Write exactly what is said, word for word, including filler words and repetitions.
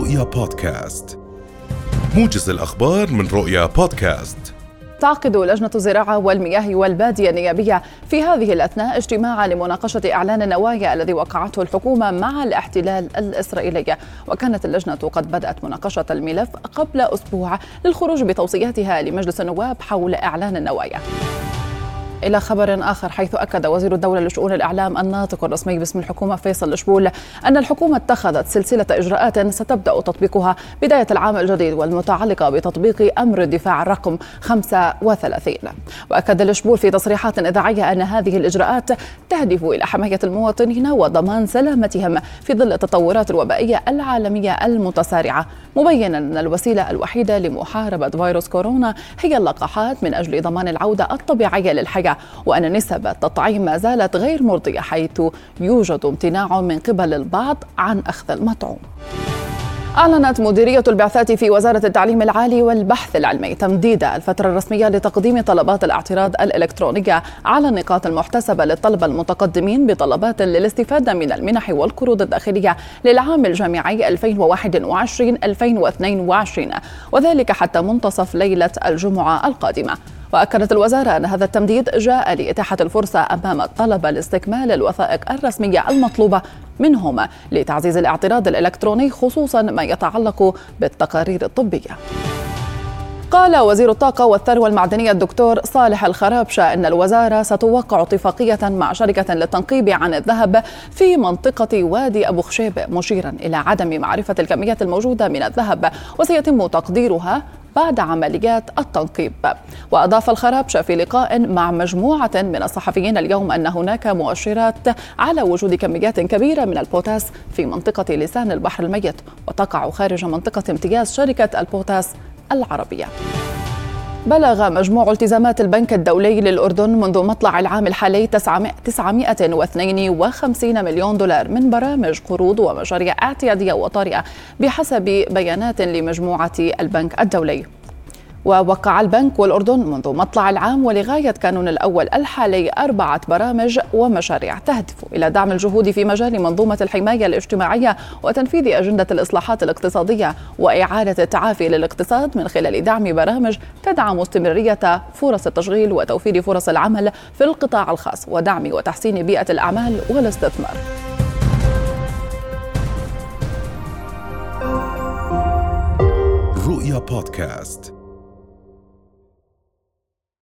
رؤيا بودكاست، موجز الأخبار من رؤيا بودكاست. تعقد لجنة الزراعة والمياه والبادية النيابية في هذه الأثناء اجتماعا لمناقشة إعلان النوايا الذي وقعته الحكومة مع الاحتلال الإسرائيلي. وكانت اللجنة قد بدأت مناقشة الملف قبل أسبوع للخروج بتوصياتها لمجلس النواب حول إعلان النوايا. إلى خبر آخر، حيث أكد وزير الدولة لشؤون الإعلام الناطق الرسمي باسم الحكومة فيصل الشبول أن الحكومة اتخذت سلسلة إجراءات ستبدأ تطبيقها بداية العام الجديد والمتعلقة بتطبيق أمر الدفاع الرقم خمسة وثلاثين. وأكد الشبول في تصريحات إذاعية أن هذه الإجراءات تهدف إلى حماية المواطنين وضمان سلامتهم في ظل التطورات الوبائية العالمية المتسارعة، مبينا أن الوسيلة الوحيدة لمحاربة فيروس كورونا هي اللقاحات من أجل ضمان العودة الطبيعية للحياة، وأن نسب التطعيم ما زالت غير مرضية حيث يوجد امتناع من قبل البعض عن أخذ المطعوم. أعلنت مديرية البعثات في وزارة التعليم العالي والبحث العلمي تمديد الفترة الرسمية لتقديم طلبات الاعتراض الإلكترونية على النقاط المحتسبة للطلبة المتقدمين بطلبات للاستفادة من المنح والقروض الداخلية للعام الجامعي ألفين وواحد وعشرين ألفين واثنين وعشرين، وذلك حتى منتصف ليلة الجمعة القادمة. وأكدت الوزارة أن هذا التمديد جاء لإتاحة الفرصة أمام الطلبة لاستكمال الوثائق الرسمية المطلوبة منهم لتعزيز الاعتراض الإلكتروني، خصوصا ما يتعلق بالتقارير الطبية. قال وزير الطاقة والثروة المعدنية الدكتور صالح الخرابشة أن الوزارة ستوقع اتفاقية مع شركة للتنقيب عن الذهب في منطقة وادي أبو خشيب، مشيرا إلى عدم معرفة الكميات الموجودة من الذهب وسيتم تقديرها بعد عمليات التنقيب. وأضاف الخرابشة في لقاء مع مجموعة من الصحفيين اليوم أن هناك مؤشرات على وجود كميات كبيرة من البوتاس في منطقة لسان البحر الميت، وتقع خارج منطقة امتياز شركة البوتاس العربية. بلغ مجموع التزامات البنك الدولي للأردن منذ مطلع العام الحالي تسعمائة واثنين وخمسين مليون دولار من برامج قروض ومشاريع اعتيادية وطارئة بحسب بيانات لمجموعة البنك الدولي. ووقع البنك والأردن منذ مطلع العام ولغاية كانون الأول الحالي أربعة برامج ومشاريع تهدف إلى دعم الجهود في مجال منظومة الحماية الاجتماعية وتنفيذ أجندة الإصلاحات الاقتصادية وإعادة التعافي للاقتصاد من خلال دعم برامج تدعم استمرارية فرص التشغيل وتوفير فرص العمل في القطاع الخاص ودعم وتحسين بيئة الأعمال والاستثمار. رؤيا بودكاست.